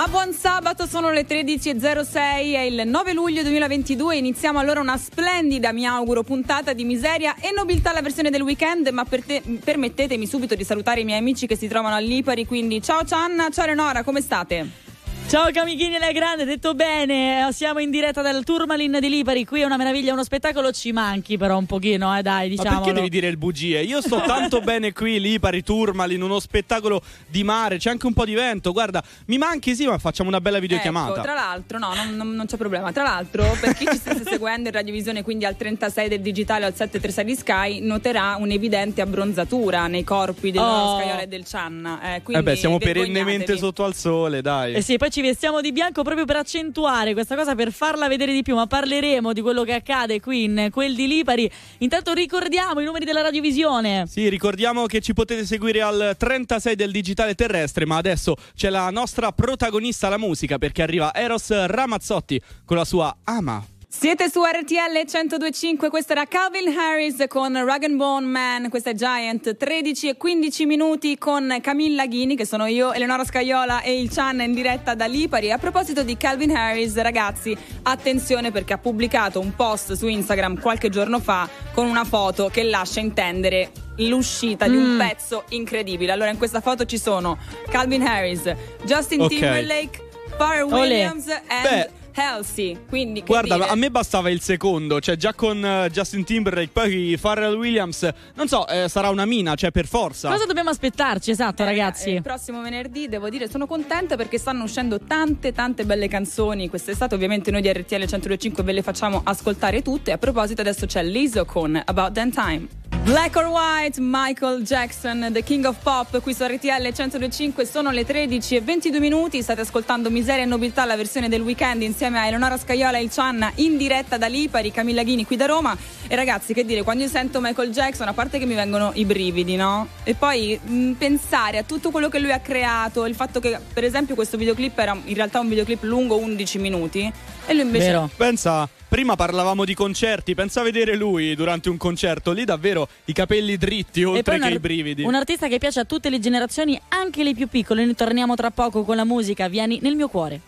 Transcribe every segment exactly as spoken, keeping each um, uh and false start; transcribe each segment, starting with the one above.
Ma buon sabato, sono le tredici e zero sei, è il nove luglio duemilaventidue. Iniziamo allora una splendida, mi auguro, puntata di miseria e nobiltà, la versione del weekend. Ma per te, permettetemi subito di salutare i miei amici che si trovano a Lipari. Quindi ciao Cianna, ciao Eleonora, come state? Ciao Camichini la grande, detto bene, siamo in diretta dal Tourmaline di Lipari, qui è una meraviglia, uno spettacolo, ci manchi però un pochino, eh dai, diciamolo. Ma perché devi dire il bugie? Io sto tanto bene qui, Lipari, Tourmaline, uno spettacolo di mare, c'è anche un po' di vento, guarda, mi manchi sì, ma facciamo una bella videochiamata. Ecco, tra l'altro, no, non, non, non c'è problema, tra l'altro, per chi ci stesse seguendo in radiovisione, quindi al trentasei del digitale o al settecentotrentasei di Sky, noterà un'evidente abbronzatura nei corpi del Oh. Scaiola e del Cianna. Eh, Eh beh, siamo vergognatevi. perennemente sotto al sole, dai. Eh sì, poi ci vestiamo di bianco proprio per accentuare questa cosa, per farla vedere di più, ma parleremo di quello che accade qui in quel di Lipari. Intanto ricordiamo i numeri della radiovisione. Sì, ricordiamo che ci potete seguire al trentasei del digitale terrestre, ma adesso c'è la nostra protagonista, la musica, perché arriva Eros Ramazzotti con la sua Ama. Siete su R T L centodue e cinque, questa era Calvin Harris con Rag and Bone Man, questa è Giant. Tredici e quindici minuti con Camilla Ghini, che sono io, Eleonora Scaiola e il Cian in diretta da Lipari. A proposito di Calvin Harris, ragazzi, attenzione perché ha pubblicato un post su Instagram qualche giorno fa con una foto che lascia intendere l'uscita mm. di un pezzo incredibile. Allora, in questa foto ci sono Calvin Harris, Justin Okay. Timberlake, Pharrell Olè. Williams e Beh. Halsey. Quindi, che Guarda, dire? a me bastava il secondo, cioè già con uh, Justin Timberlake, poi Pharrell Williams, non so, eh, sarà una mina, cioè per forza. Cosa dobbiamo aspettarci, esatto, Eh, ragazzi? eh, Il prossimo venerdì, devo dire, sono contenta perché stanno uscendo tante tante belle canzoni quest'estate. Ovviamente noi di R T L centodue e cinque ve le facciamo ascoltare tutte. A proposito, adesso c'è Lizzo con About That Time. Black or White, Michael Jackson, The King of Pop, qui su R T L centodue e cinque. Sono le tredici e ventidue minuti, state ascoltando Miseria e Nobiltà, la versione del weekend, insieme a Eleonora Scaiola e il Cianna, in diretta da Lipari, Camilla Ghini qui da Roma. E ragazzi, che dire, quando io sento Michael Jackson, a parte che mi vengono i brividi, no? E poi mh, pensare a tutto quello che lui ha creato, il fatto che per esempio questo videoclip era in realtà un videoclip lungo undici minuti e lui invece... Vero. Pensa, prima parlavamo di concerti, pensa a vedere lui durante un concerto, lì davvero i capelli dritti, E oltre poi che un, i ar- brividi. un artista che piace a tutte le generazioni, anche le più piccole. Noi torniamo tra poco con la musica, vieni nel mio cuore.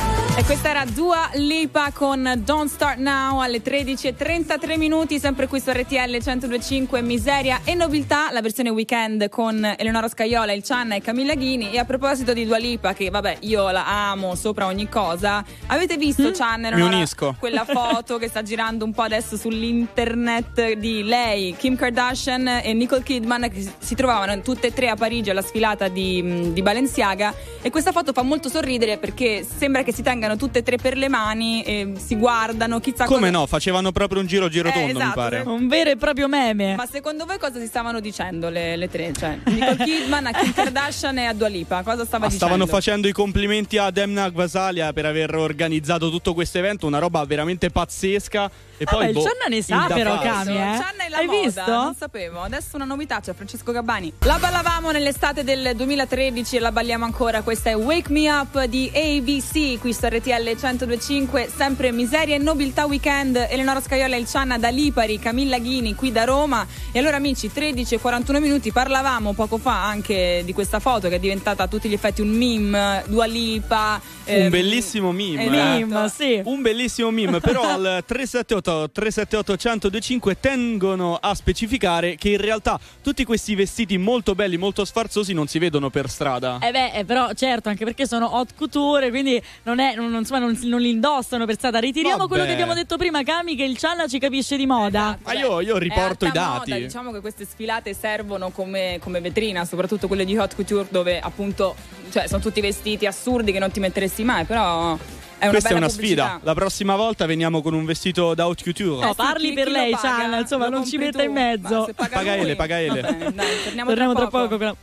E questa era Dua Lipa con Don't Start Now alle tredici e trentatré minuti, sempre qui su R T L centodue e cinque. Miseria e Nobiltà, la versione weekend con Eleonora Scaiola, il Cianna e Camilla Ghini. E a proposito di Dua Lipa, che vabbè, io la amo sopra ogni cosa, avete visto mm? Cianna e Eleonora, Mi unisco. quella foto che sta girando un po' adesso sull'internet di lei, Kim Kardashian e Nicole Kidman, che si trovavano tutte e tre a Parigi alla sfilata di, di Balenciaga. E questa foto fa molto sorridere perché sembra che si tengano tutte e tre per le mani e si guardano, chissà Come cosa... no, facevano proprio un giro giro Eh, tondo, esatto, mi pare. se- Un vero e proprio meme. Ma secondo voi cosa si stavano dicendo le, le tre? Cioè, Nicole Kidman, a Kim Kardashian e a Dua Lipa, cosa stava Ma dicendo? stavano facendo i complimenti a Demna Gvasalia per aver organizzato tutto questo evento, una roba veramente pazzesca. E Ah, poi beh, il boh, Cianna ne sa il da però, fare. Cami, eh? Cianna e la Hai moda, visto? non sapevo. Adesso una novità, c'è Francesco Gabbani. La ballavamo nell'estate del duemilatredici e la balliamo ancora. Questa è Wake Me Up di A B C, qui su R T L centodue e cinque. Sempre Miseria e Nobiltà Weekend. Eleonora Scaiola e il Cianna da Lipari, Camilla Ghini qui da Roma. E allora amici, tredici e quarantuno minuti, parlavamo poco fa anche di questa foto che è diventata a tutti gli effetti un meme, Dua Lipa. Un ehm, bellissimo meme, esatto. eh. Meme, sì. Un bellissimo meme, però al tre sette otto tre sette otto uno zero due cinque tengono a specificare che in realtà tutti questi vestiti molto belli, molto sfarzosi non si vedono per strada. Eh beh, eh, però certo, anche perché sono haute couture, quindi non è, non, insomma, non, non li indossano per strada. Ritiriamo Vabbè. quello che abbiamo detto prima, Cami, che il Cianna ci capisce di moda. Esatto, Ma beh, io- io è riporto alta i dati. moda, diciamo che queste sfilate servono come, come vetrina, soprattutto quelle di haute couture, dove appunto, cioè, sono tutti vestiti assurdi che non ti metteresti mai, però è una Questa è bella una pubblicità. sfida. La prossima volta veniamo con un vestito da haute couture. No, Eh sì, parli chi- per chi lei, lo paga? Cianna, insomma, Lo non ci compri metta tu. in mezzo. Ma se paga Pagaele, lui. pagaele. Va bene, dai, torniamo, Torniamo tra tra poco. poco. con la-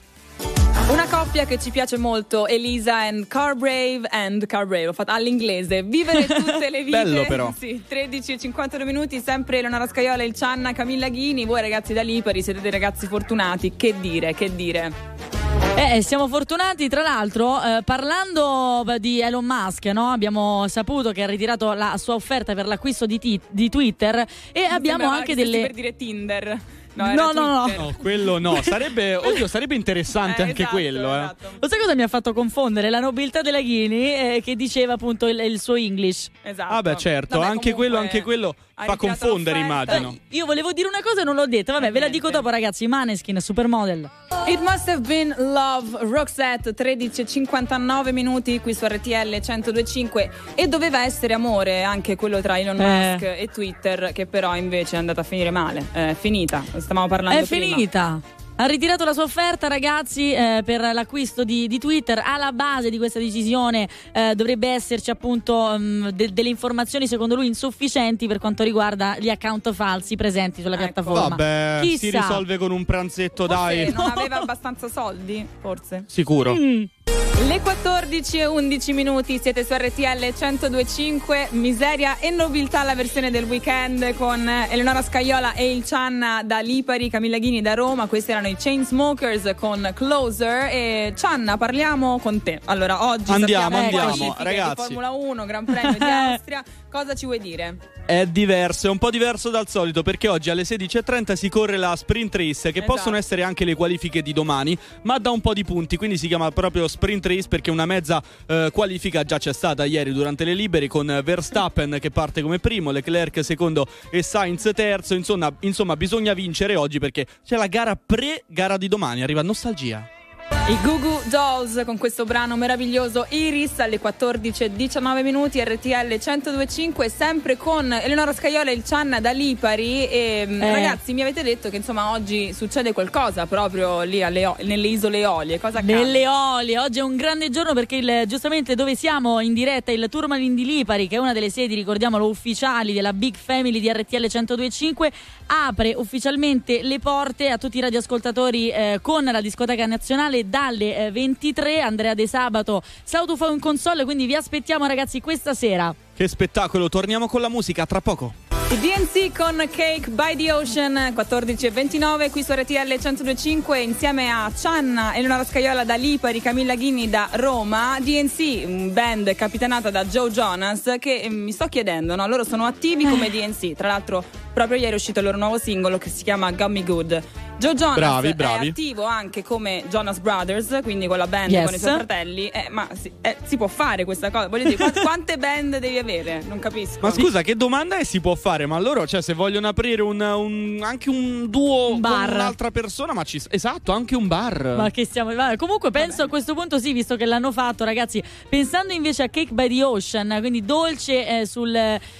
Una coppia che ci piace molto, Elisa and Carbrave and Carbrave, ho fatto all'inglese. Vivere tutte le vite. Bello, però. Sì, tredici e cinquantadue minuti, sempre Eleonora Scaiola, il Cianna, Camilla Ghini. Voi ragazzi da Lipari siete dei ragazzi fortunati. Che dire, che dire. Eh, siamo fortunati, tra l'altro, eh, parlando beh, di Elon Musk, no? Abbiamo saputo che ha ritirato la sua offerta per l'acquisto di, ti- di Twitter e abbiamo Sembrava anche che stessi delle... per dire Tinder. No, era No, no, no. Twitter. No, quello no. Sarebbe, oddio, sarebbe interessante Eh, anche esatto, quello, eh. esatto. Lo sai cosa mi ha fatto confondere? La nobiltà della Ghini, eh, che diceva appunto il, il suo English. Esatto. Ah, beh, certo, Vabbè, anche quello, comunque, anche quello ha fa ritirato confondere, l'offerta. immagino. Io volevo dire una cosa e non l'ho detta. Vabbè, Eh, ve la niente. dico dopo, ragazzi. Maneskin, Supermodel. It Must Have Been Love, Roxette, tredici e cinquantanove minuti qui su R T L centodue e cinque. E doveva essere amore anche quello tra Elon Eh. Musk e Twitter, che però invece è andata a finire male. È finita, stavamo parlando È prima. finita. Ha ritirato la sua offerta, ragazzi, eh, per l'acquisto di, di Twitter. Alla base di questa decisione eh, dovrebbe esserci appunto um, de- delle informazioni secondo lui insufficienti per quanto riguarda gli account falsi presenti sulla Ecco. piattaforma. Vabbè, Chissà. si risolve con un pranzetto, Forse dai. non aveva abbastanza soldi, forse. Sicuro. Mm. Le quattordici e undici minuti, siete su R T L centodue e cinque. Miseria e nobiltà, la versione del weekend con Eleonora Scaiola e il Cianna da Lipari, Camilla Ghini da Roma. Questi erano i Chainsmokers con Closer. E Cianna, parliamo con te. Allora, oggi Andiamo, sappiamo andiamo, qualifiche ragazzi. di Formula uno, Gran Premio di Austria. Cosa ci vuoi dire? È diverso, è un po' diverso dal solito perché oggi alle sedici e trenta si corre la sprint race, che Esatto. possono essere anche le qualifiche di domani, ma da un po' di punti, quindi si chiama proprio sprint race perché una mezza eh, qualifica già c'è stata ieri durante le libere con Verstappen che parte come primo, Leclerc secondo e Sainz terzo. Insomma, insomma bisogna vincere oggi perché c'è la gara pre-gara di domani, arriva nostalgia. I Goo Goo Dolls con questo brano meraviglioso Iris alle quattordici e diciannove minuti, R T L centodue e cinque, sempre con Eleonora Scaiola e il Cianna da Lipari. E Eh. ragazzi, mi avete detto che insomma oggi succede qualcosa proprio lì alle, o- nelle isole Eolie. Cosa accade? Nelle Olie, oggi è un grande giorno perché il, giustamente dove siamo in diretta, il Tourmaline di Lipari, che è una delle sedi, ricordiamolo, ufficiali della Big Family di R T L centodue e cinque, apre ufficialmente le porte a tutti i radioascoltatori eh, con la discoteca nazionale dalle eh, ventitré. Andrea De Sabato, Sautufa in console, quindi vi aspettiamo ragazzi questa sera. Che spettacolo, torniamo con la musica tra poco. I D N C con Cake by the Ocean, quattordici e ventinove qui su R T L centodue e cinque, insieme a Cianna, Eleonora Scaiola da Lipari, Camilla Ghini da Roma. D N C, un band capitanata da Joe Jonas, che eh, mi sto chiedendo, no? Loro sono attivi come D N C, tra l'altro proprio ieri è uscito il loro nuovo singolo che si chiama Got Me Good. Joe Jonas Bravi, bravi. è attivo anche come Jonas Brothers, quindi con la band Yes. con i suoi fratelli, eh, ma si, eh, si può fare questa cosa? Voglio dire, quante, quante band devi avere? Non capisco. Ma scusa, che domanda è si può fare? Ma loro, cioè, se vogliono aprire un, un- anche un duo Un bar. con un'altra persona, ma ci esatto, anche un bar. Ma che stiamo. Vabbè, comunque penso a questo punto sì, visto che l'hanno fatto, ragazzi. Pensando invece a Cake by the Ocean, quindi dolce eh, sul.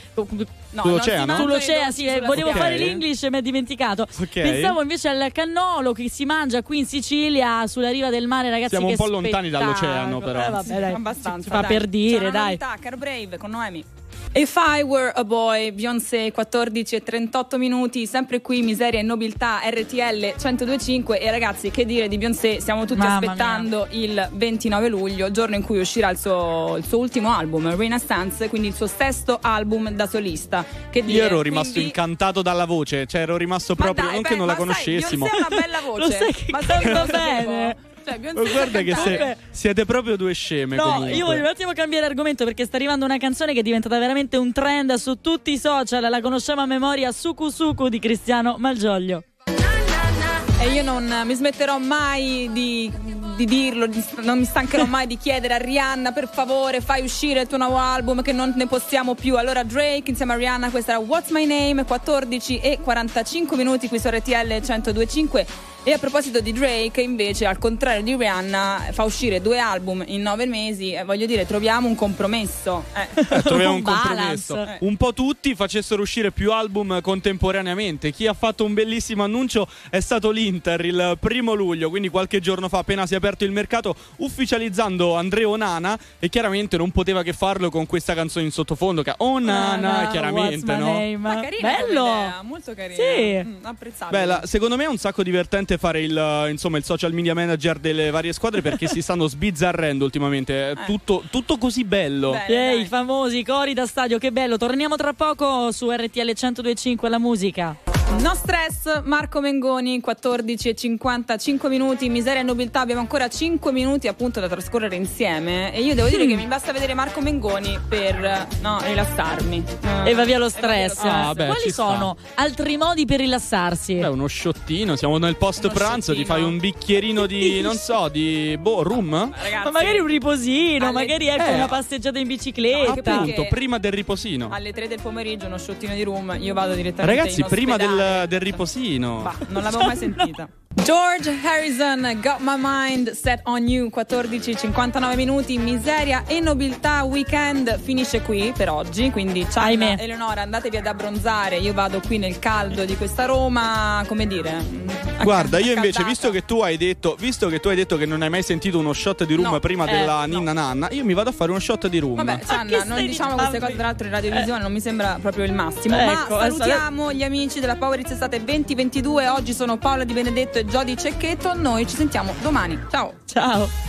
No, Sull'oceano? non si mangiano i Sull'oceano, dolci sì, eh, sulla volevo Ok. fare l'English e mi ho dimenticato. Ok. Pensavo invece al cannolo che si mangia qui in Sicilia, sulla riva del mare, ragazzi. Siamo che un po' lontani spettacolo. dall'oceano, però. Eh, vabbè, dai. Abbastanza, Si fa dai. per dire, C'è una dai. novità, Car Brave con Noemi. If I Were a Boy, Beyoncé, quattordici e trentotto minuti, sempre qui Miseria e Nobiltà, R T L centodue e cinque. E ragazzi, che dire di Beyoncé? Stiamo tutti Mamma aspettando il ventinove luglio, giorno in cui uscirà il suo, il suo ultimo album, Renaissance, quindi il suo sesto album da solista. Che dire, Io ero rimasto quindi... incantato dalla voce, cioè ero rimasto Ma proprio, dai, non beh, che non la ma sai, conoscessimo. Beyoncé ha una bella voce. Lo sai che ma sai che canta lo sapevo? bene. Cioè, Beyoncé Ma guarda sa che se- cantare. siete proprio due sceme No, comunque. io voglio un attimo cambiare argomento perché sta arrivando una canzone che è diventata veramente un trend su tutti i social. La conosciamo a memoria, Suku Suku di Cristiano Malgioglio. E io non mi smetterò mai di, di dirlo, di- non mi stancherò mai di chiedere a Rihanna, per favore fai uscire il tuo nuovo album che non ne possiamo più. Allora Drake insieme a Rihanna, questa era What's My Name, quattordici e quarantacinque minuti qui su R T L centodue e cinque. E a proposito di Drake, invece, al contrario di Rihanna, fa uscire due album in nove mesi. Eh, voglio dire, troviamo un compromesso. Eh. Eh, troviamo un Un balance. compromesso. Eh. Un po' tutti facessero uscire più album contemporaneamente. Chi ha fatto un bellissimo annuncio è stato l'Inter il primo luglio, quindi qualche giorno fa, appena si è aperto il mercato, ufficializzando Andrea Onana, e chiaramente non poteva che farlo con questa canzone in sottofondo che Onana, Ah, chiaramente, what's my no? name? Ma carina come Bello. idea, molto carina. Sì. Mm, apprezzabile. Beh, la- secondo me è un sacco divertente fare il, eh, insomma, il social media manager delle varie squadre perché si stanno sbizzarrendo ultimamente. È tutto, tutto così bello. Beh. Ehi, dai. i famosi cori da stadio, che bello. Torniamo tra poco su R T L centodue e cinque, la musica. No stress, Marco Mengoni, quattordici e cinquantacinque minuti, Miseria e Nobiltà, abbiamo ancora cinque minuti appunto da trascorrere insieme e io devo dire che mi basta vedere Marco Mengoni per no, rilassarmi. E va via lo stress. Ah, beh, Quali ci sono sta. altri modi per rilassarsi? Beh, uno sciottino, siamo nel post Uno pranzo, ti sciottino. fai un bicchierino di, non so, di boh, rum? Ragazzi, Ma magari un riposino, alle- magari ecco Eh. una passeggiata in No, bicicletta. anche Appunto, perché- prima del riposino. alle tre del pomeriggio uno sciottino di rum, io vado direttamente Ragazzi, in prima ospedale. del, del riposino. Bah, non l'avevo mai sentita. George Harrison, Got My Mind Set On You, quattordici e cinquantanove minuti, Miseria e Nobiltà Weekend finisce qui per oggi, quindi ciao Ahimè. Eleonora, andatevi ad abbronzare, io vado qui nel caldo di questa Roma, come dire, acc- Guarda, io invece, accaldata. visto che tu hai detto, visto che tu hai detto che non hai mai sentito uno shot di rum No, prima eh, della no. ninna nanna, io mi vado a fare uno shot di rum. Vabbè, Gianna, che non stai diciamo dicendo? queste cose tra l'altro in radiovisione, non mi sembra proprio il massimo. Ecco, ma adesso- salutiamo gli amici della Power It's Estate venti ventidue. Oggi sono Paola Di Benedetto e Jody Cecchetto. Noi ci sentiamo domani. Ciao. Ciao.